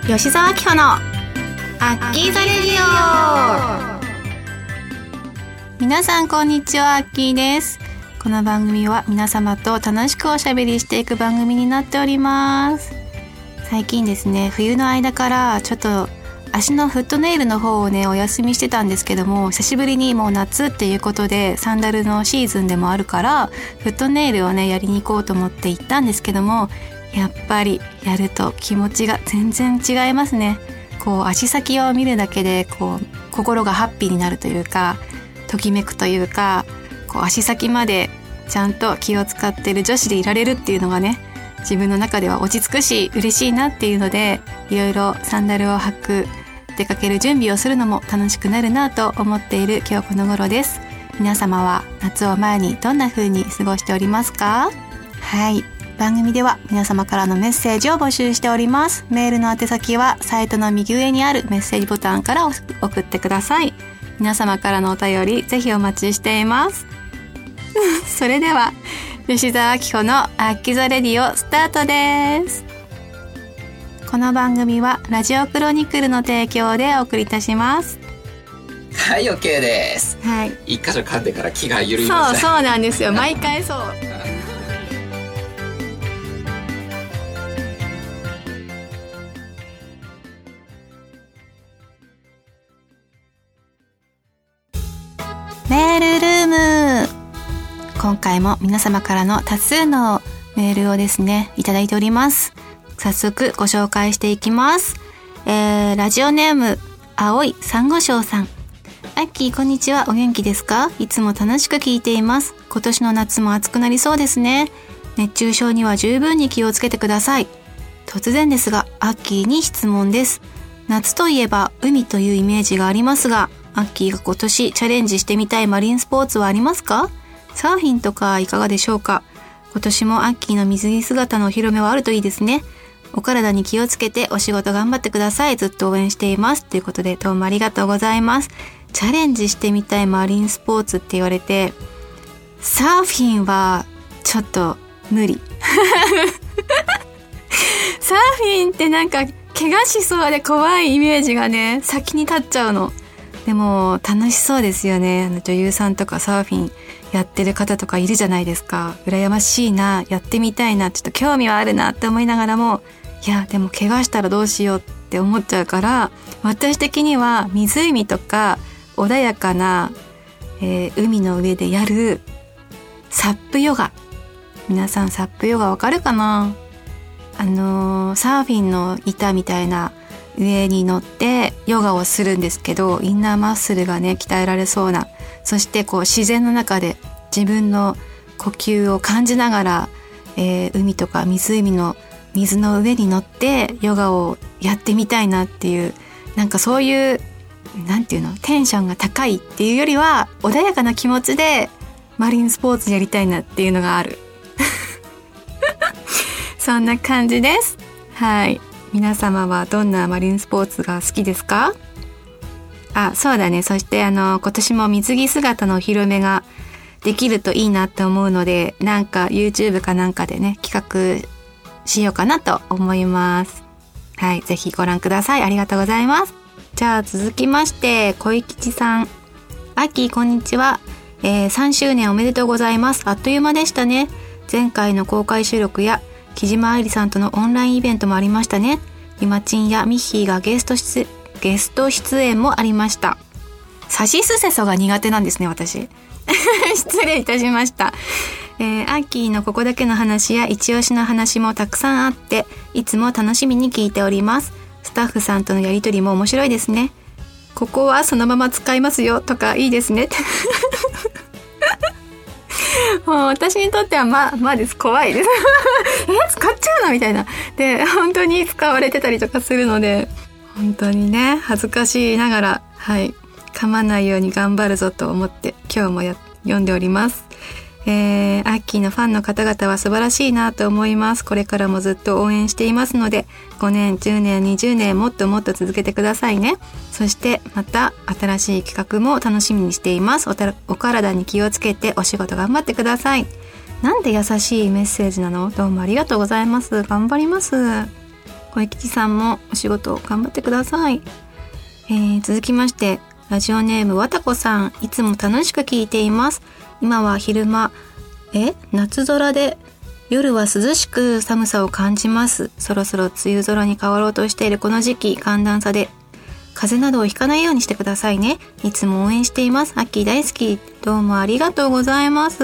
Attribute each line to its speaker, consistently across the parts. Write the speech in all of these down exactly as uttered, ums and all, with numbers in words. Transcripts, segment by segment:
Speaker 1: 吉澤明穂のアッキーザレディオ。皆さんこんにちは、アッキーです。この番組は皆様と楽しくおしゃべりしていく番組になっております。最近ですね、冬の間からちょっと足のフットネイルの方をねお休みしてたんですけども、久しぶりにもう夏っていうことでサンダルのシーズンでもあるからフットネイルをねやりに行こうと思って行ったんですけども、やっぱりやると気持ちが全然違いますね。こう足先を見るだけでこう心がハッピーになるというか、ときめくというか、こう足先までちゃんと気を使ってる女子でいられるっていうのがね、自分の中では落ち着くし嬉しいなっていうので、いろいろサンダルを履く、出かける準備をするのも楽しくなるなと思っている今日この頃です。皆様は夏を前にどんな風に過ごしておりますか？はい、番組では皆様からのメッセージを募集しております。メールの宛先はサイトの右上にあるメッセージボタンから送ってください。皆様からのお便りぜひお待ちしていますそれでは吉澤明穂のアッキザレディオスタートです。この番組はラジオクロニクルの提供でお送りいたします。
Speaker 2: はい、 OK です。
Speaker 1: はい、
Speaker 2: 一箇所噛んでから気が緩みました。
Speaker 1: そうそうなんですよ毎回そうメールルーム、今回も皆様からの多数のメールをですねいただいております。早速ご紹介していきます。えー、ラジオネーム青いサンゴ礁さん。アッキーこんにちは、お元気ですか？いつも楽しく聞いています。今年の夏も暑くなりそうですね。熱中症には十分に気をつけてください。突然ですがアッキーに質問です。夏といえば海というイメージがありますが、アッキーが今年チャレンジしてみたいマリンスポーツはありますか？サーフィンとかいかがでしょうか？今年もアッキーの水着姿のお披露目はあるといいですね。お体に気をつけてお仕事頑張ってください。ずっと応援しています。ということでどうもありがとうございます。チャレンジしてみたいマリンスポーツって言われて、サーフィンはちょっと無理サーフィンってなんか怪我しそうで怖いイメージがね先に立っちゃうの。でも楽しそうですよね。あの女優さんとかサーフィンやってる方とかいるじゃないですか。羨ましいな、やってみたいな、ちょっと興味はあるなって思いながらも、いやでも怪我したらどうしようって思っちゃうから、私的には湖とか穏やかな、えー、海の上でやるサップヨガ、皆さんサップヨガわかるかな？あのー、サーフィンの板みたいな上に乗ってヨガをするんですけど、インナーマッスルがね鍛えられそうな、そしてこう自然の中で自分の呼吸を感じながら、えー、海とか湖の水の上に乗ってヨガをやってみたいなっていう、なんかそういうなんていうの、テンションが高いっていうよりは穏やかな気持ちでマリンスポーツやりたいなっていうのがあるそんな感じです。はい、皆様はどんなマリンスポーツが好きですか？あ、そうだね。そしてあの今年も水着姿のお披露目ができるといいなと思うので、なんか YouTube かなんかでね企画しようかなと思います。はい、ぜひご覧ください。ありがとうございます。じゃあ続きまして小吉さん。アッキーこんにちは、えー、さんしゅうねんおめでとうございます。あっという間でしたね。前回の公開収録や木島愛理さんとのオンラインイベントもありましたね。リマチンやミッヒーがゲスト出ゲスト出演もありました。さしすせそが苦手なんですね、私失礼いたしました。えー、アッキーのここだけの話や一押しの話もたくさんあって、いつも楽しみに聞いております。スタッフさんとのやりとりも面白いですね。ここはそのまま使いますよとかいいですねもう私にとってはまあまあです、怖いですえ使っちゃうのみたいなで、本当に使われてたりとかするので、本当にね恥ずかしいながら、はい噛まないように頑張るぞと思って今日もや読んでおります。えー、アッキーのファンの方々は素晴らしいなと思います。これからもずっと応援していますので、ごねんじゅうねんにじゅうねんもっともっと続けてくださいね。そしてまた新しい企画も楽しみにしています。 お, たお体に気をつけてお仕事頑張ってください。なんで優しいメッセージなの？どうもありがとうございます。頑張ります。 小吉さんもお仕事頑張ってください。えー、続きましてラジオネームわたこさん、いつも楽しく聞いています。今は昼間え夏空で夜は涼しく寒さを感じます。そろそろ梅雨空に変わろうとしているこの時期、寒暖差で風邪などをひかないようにしてくださいね。いつも応援しています。アッキー大好き。どうもありがとうございます。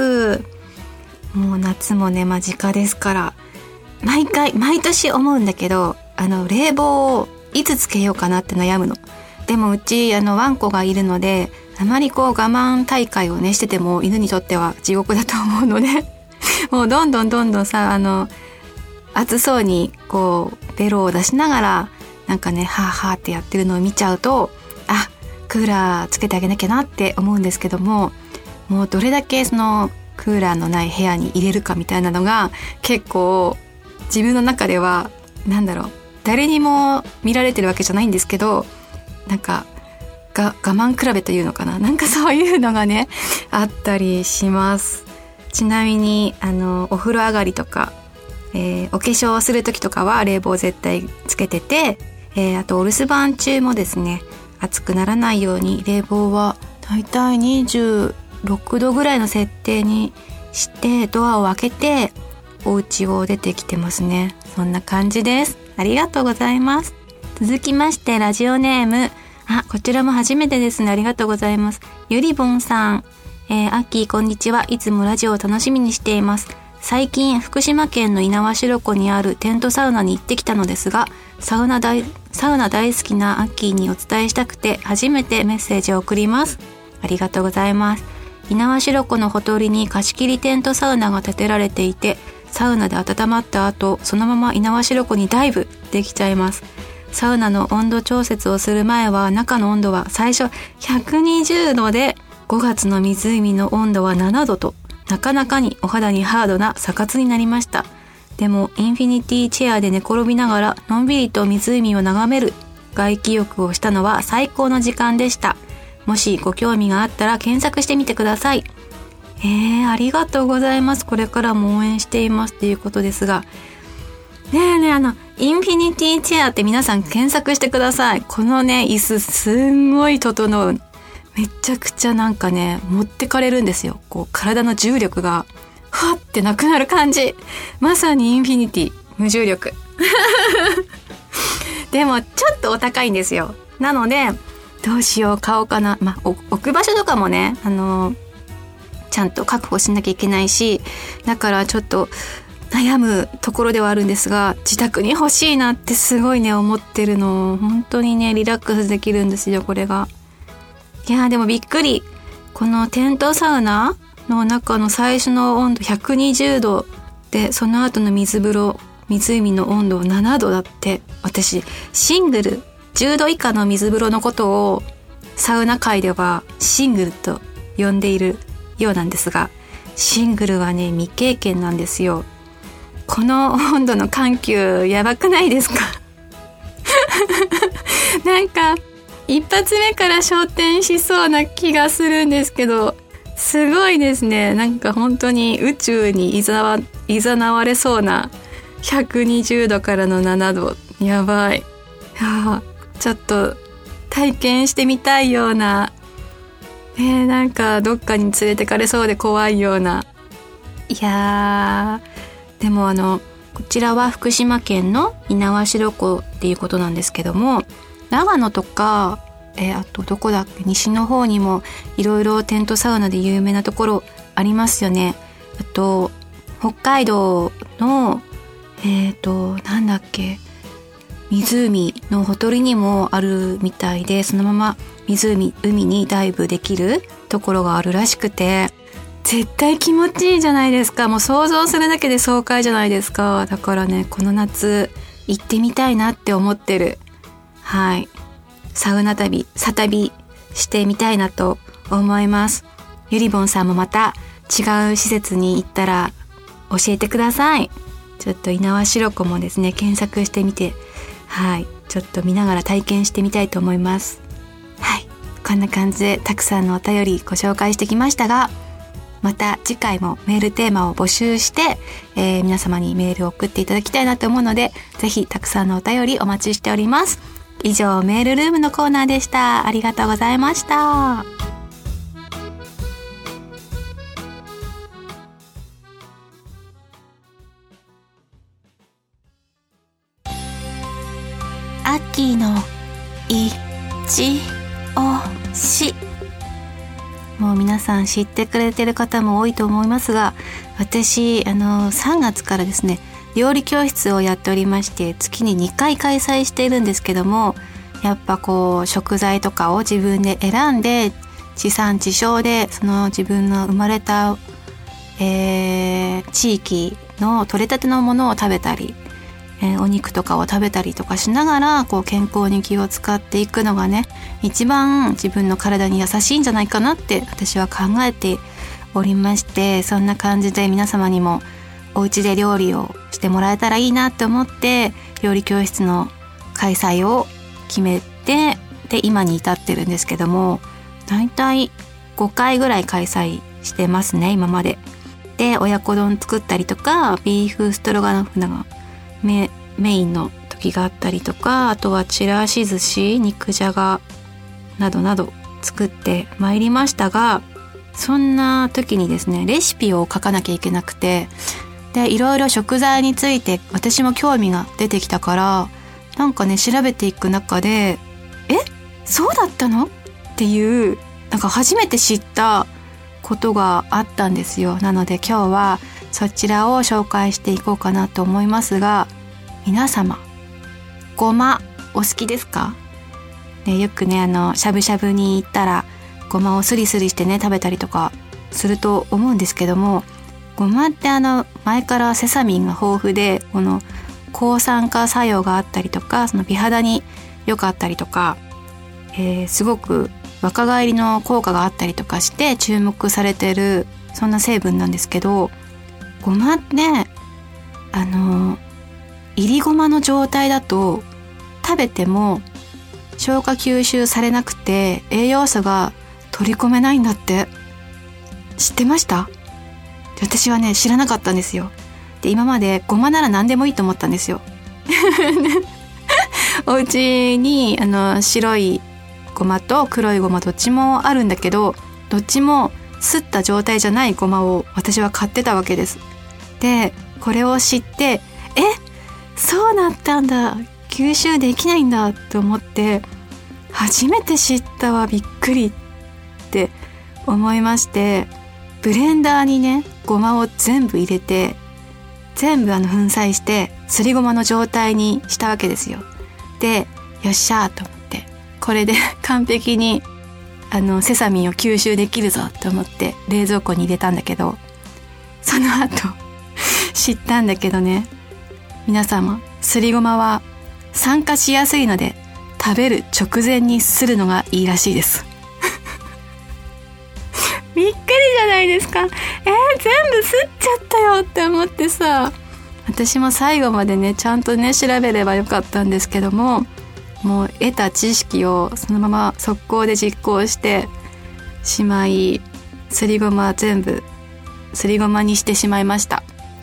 Speaker 1: もう夏もね間近ですから、毎回毎年思うんだけど、あの冷房をいつつけようかなって悩むの。でもうちあのワンコがいるので、あまりこう我慢大会をねしてても犬にとっては地獄だと思うのでもうどんどんどんどんさ、あの暑そうにこうベロを出しながらなんかねハーハーってやってるのを見ちゃうと、あクーラーつけてあげなきゃなって思うんですけども、もうどれだけそのクーラーのない部屋に入れるかみたいなのが結構自分の中ではなんだろう、誰にも見られてるわけじゃないんですけど、なんかが我慢比べというのかな、なんかそういうのがねあったりします。ちなみにあのお風呂上がりとか、えー、お化粧をする時とかは冷房絶対つけてて、えー、あとお留守番中もですね暑くならないように冷房はだいたいにじゅうろくどぐらいの設定にしてドアを開けてお家を出てきてますね。そんな感じです。ありがとうございます。続きましてラジオネーム、あこちらも初めてですね。ありがとうございます。ゆりぼんさん、えー、アッキーこんにちは。いつもラジオを楽しみにしています。最近福島県の猪苗代湖にあるテントサウナに行ってきたのですが、サウナ大サウナ大好きなアッキーにお伝えしたくて初めてメッセージを送ります。ありがとうございます。猪苗代湖のほとりに貸し切りテントサウナが建てられていて、サウナで温まった後そのまま猪苗代湖にダイブできちゃいます。サウナの温度調節をする前は中の温度は最初ひゃくにじゅうどで、ごがつの湖の温度はななどとなかなかにお肌にハードなサ活になりました。でもインフィニティチェアで寝転びながらのんびりと湖を眺める外気浴をしたのは最高の時間でした。もしご興味があったら検索してみてください。えー、ありがとうございます。これからも応援していますということですが、ねえねえ、あのインフィニティチェアって皆さん検索してください。このね椅子すんごい整う、めちゃくちゃなんかね持ってかれるんですよ。こう体の重力がはってなくなる感じ。まさにインフィニティ無重力でもちょっとお高いんですよ。なのでどうしよう買おうかな、まあ、置く場所とかもねあのちゃんと確保しなきゃいけないし、だからちょっと悩むところではあるんですが、自宅に欲しいなってすごいね思ってるの。本当にねリラックスできるんですよこれが。いやーでもびっくり、このテントサウナの中の最初の温度ひゃくにじゅうどで、その後の水風呂湖の温度ななどだって。私シングルじゅうど以下の水風呂のことをサウナ界ではシングルと呼んでいるようなんですが、シングルはね未経験なんですよ。この温度の緩急やばくないですかなんか一発目から昇天しそうな気がするんですけど、すごいですね。なんか本当に宇宙にいざわ、いざなわれそうなひゃくにじゅうどからのななど、やばい。いやちょっと体験してみたいような、えー、なんかどっかに連れてかれそうで怖いような。いやーでもあのこちらは福島県の猪苗代湖っていうことなんですけども、長野とか、えー、あとどこだっけ、西の方にもいろいろテントサウナで有名なところありますよね。あと北海道のえっとなんだっけ、湖のほとりにもあるみたいで、そのまま湖海にダイブできるところがあるらしくて、絶対気持ちいいじゃないですか。もう想像するだけで爽快じゃないですか。だからねこの夏行ってみたいなって思ってる。はい、サウナ旅サ旅してみたいなと思います。ゆりぼんさんもまた違う施設に行ったら教えてください。ちょっと猪苗代湖もですね検索してみて、はいちょっと見ながら体験してみたいと思います。はい、こんな感じでたくさんのお便りご紹介してきましたが、 また次回もメールテーマを募集して、えー、皆様にメールを送っていただきたいなと思うので、ぜひたくさんのお便りお待ちしております。以上、メールルームのコーナーでした。ありがとうございました。アッキーのいちおし。もう皆さん知ってくれてる方も多いと思いますが、私あのさんがつからですね、料理教室をやっておりまして、月ににかい開催しているんですけども、やっぱこう食材とかを自分で選んで、地産地消でその自分の生まれた、えー、地域の取れたてのものを食べたり、えー、お肉とかを食べたりとかしながら、こう健康に気を使っていくのがね、一番自分の体に優しいんじゃないかなって私は考えておりまして、そんな感じで皆様にもお家で料理をしてもらえたらいいなって思って、料理教室の開催を決めて、で今に至ってるんですけども、だいたいごかいぐらい開催してますね、今まで。で親子丼作ったりとか、ビーフストロガノフがメ, メインの時があったりとか、あとはちらし寿司、肉じゃがなどなど作ってまいりましたが、そんな時にですね、レシピを書かなきゃいけなくて、でいろいろ食材について私も興味が出てきたから、なんかね調べていく中で、えそうだったのっていう、なんか初めて知ったことがあったんですよ。なので今日はそちらを紹介していこうかなと思いますが、皆様ごまお好きですか？ね、よくねあのしゃぶしゃぶに行ったらごまをスリスリしてね食べたりとかすると思うんですけども、ごまってあの前からセサミンが豊富で、この抗酸化作用があったりとか、その美肌に良かったりとか、えー、すごく若返りの効果があったりとかして注目されてる、そんな成分なんですけど、ごまってあのいりごまの状態だと食べても消化吸収されなくて栄養素が取り込めないんだって。知ってました？私はね知らなかったんですよ。で今までごまなら何でもいいと思ったんですよお家にあの白いごまと黒いごまどっちもあるんだけど、どっちもすった状態じゃないごまを私は買ってたわけです。でこれを知って、えそうなったんだ、吸収できないんだと思って、初めて知ったわ、びっくりって思いまして、ブレンダーにねごまを全部入れて、全部あの粉砕してすりごまの状態にしたわけですよ。でよっしゃーと思って、これで完璧にあのセサミンを吸収できるぞと思って冷蔵庫に入れたんだけど、その後知ったんだけどね、皆様すりごまは酸化しやすいので食べる直前にするのがいいらしいですびっくりじゃないですか。えー、全部すっちゃったよって思ってさ、私も最後までねちゃんとね調べればよかったんですけども、もう得た知識をそのまま速攻で実行してしまい、すりごま全部すりごまにしてしまいました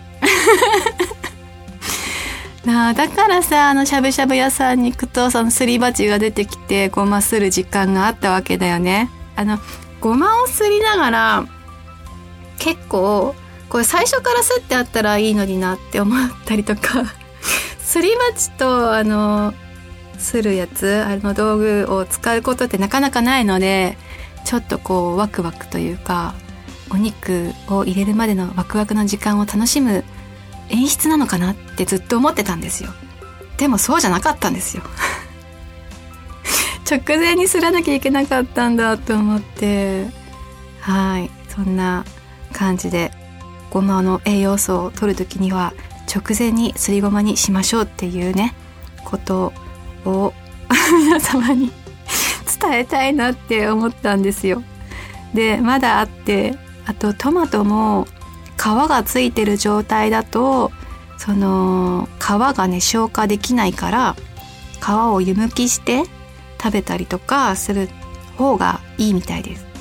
Speaker 1: なあ、だからさ、あのしゃぶしゃぶ屋さんに行くとそのすり鉢が出てきてごまする時間があったわけだよね。あのごまをすりながら、結構これ最初からすってあったらいいのになって思ったりとかすり鉢とあのするやつ、あの道具を使うことってなかなかないので、ちょっとこうワクワクというか、お肉を入れるまでのワクワクの時間を楽しむ演出なのかなってずっと思ってたんですよ。でもそうじゃなかったんですよ直前にすらなきゃいけなかったんだと思って、はい、そんな感じでごまの栄養素を取るときには直前にすりごまにしましょうっていうねことを皆様に伝えたいなって思ったんですよ。でまだあって、あとトマトも皮がついてる状態だとその皮がね消化できないから、皮を湯むきして食べたりとかする方がいいみたいです。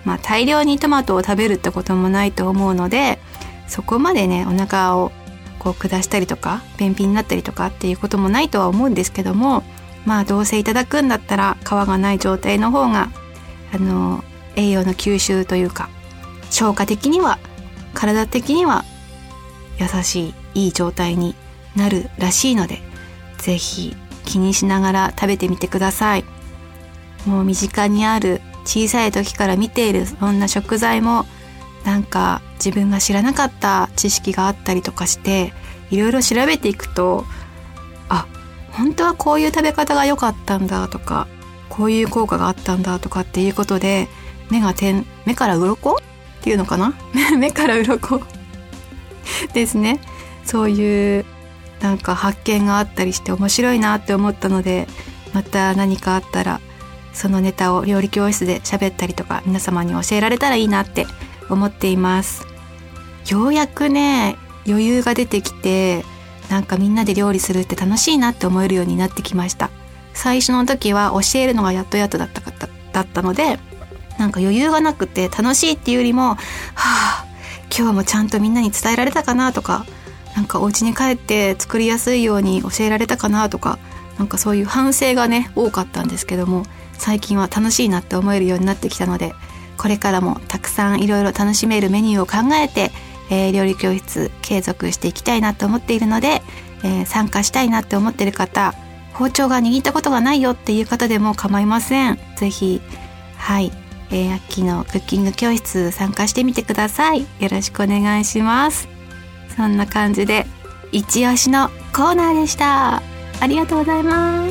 Speaker 1: まあ大量にトマトを食べるってこともないと思うので、そこまでねお腹をこう下したりとか便秘になったりとかっていうこともないとは思うんですけども、まあどうせいただくんだったら皮がない状態の方があの栄養の吸収というか消化的には体的には優しいいい状態になるらしいので、ぜひ気にしながら食べてみてください。もう身近にある小さい時から見ているそんな食材もなんか自分が知らなかった知識があったりとかして、いろいろ調べていくと、あ、本当はこういう食べ方が良かったんだとか、こういう効果があったんだとかっていうことで、目が点目から鱗っていうのかな目から鱗ですね。そういうなんか発見があったりして面白いなって思ったので、また何かあったらそのネタを料理教室で喋ったりとか皆様に教えられたらいいなって思っています。ようやくね余裕が出てきて、なんかみんなで料理するって楽しいなって思えるようになってきました。最初の時は教えるのがやっとやっとだったかっただったので、なんか余裕がなくて楽しいっていうよりも、はあ今日もちゃんとみんなに伝えられたかなとか、なんかお家に帰って作りやすいように教えられたかなとか、なんかそういう反省がね多かったんですけども、最近は楽しいなって思えるようになってきたので、これからもたくさんいろいろ楽しめるメニューを考えて、えー、料理教室継続していきたいなと思っているので、えー、参加したいなって思っている方、包丁が握ったことがないよっていう方でも構いません。ぜひはい、えー、秋のクッキング教室参加してみてください。よろしくお願いします。そんな感じで一押しのコーナーでした。ありがとうございます。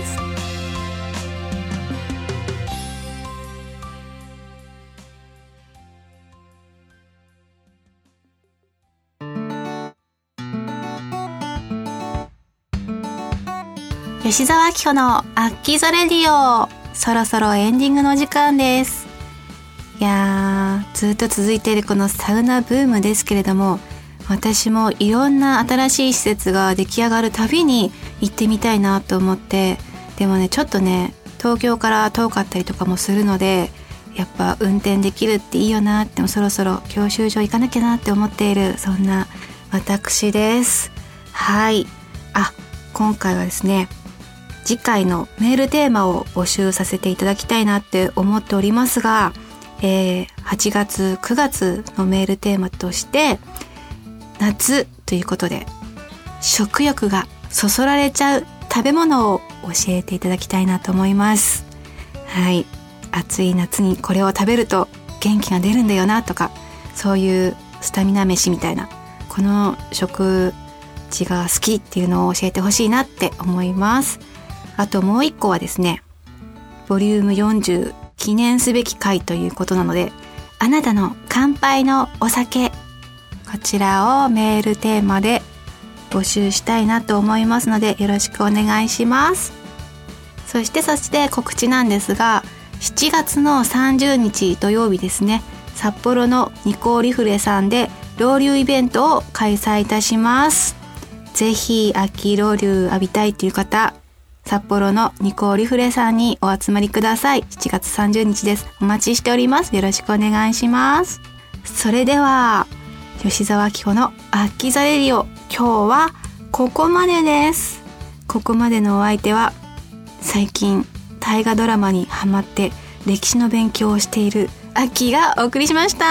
Speaker 1: 吉澤明子のアッキーザレディオ、そろそろエンディングの時間です。いやー、ずっと続いているこのサウナブームですけれども、私もいろんな新しい施設が出来上がるたびに行ってみたいなと思って、でもねちょっとね東京から遠かったりとかもするので、やっぱ運転できるっていいよなって、もそろそろ教習所行かなきゃなって思っている、そんな私です。はい、あ、今回はですね次回のメールテーマを募集させていただきたいなって思っておりますが、えー、はちがつくがつのメールテーマとして夏ということで、食欲がそそられちゃう食べ物を教えていただきたいなと思います。はい、暑い夏にこれを食べると元気が出るんだよなとか、そういうスタミナ飯みたいな、この食事が好きっていうのを教えてほしいなって思います。あともう一個はですね、ボリュームよんじゅう記念すべき回ということなので、あなたの乾杯のお酒、こちらをメールテーマで募集したいなと思いますので、よろしくお願いします。そしてそして告知なんですが、しちがつのさんじゅうにち土曜日ですね、札幌のニコーリフレさんでロウリュイベントを開催いたします。ぜひ秋ロウリュ浴びたいという方、札幌のニコーリフレさんにお集まりください。しちがつさんじゅうにちです。お待ちしております。よろしくお願いします。それでは吉澤明子のアッキザレディオ、今日はここまでです。ここまでのお相手は、最近大河ドラマにハマって歴史の勉強をしているアッキーがお送りしました。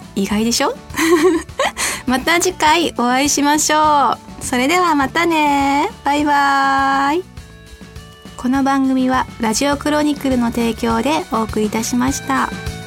Speaker 1: 意外でしょまた次回お会いしましょう。それではまたね。バイバーイ。この番組はラジオクロニクルの提供でお送りいたしました。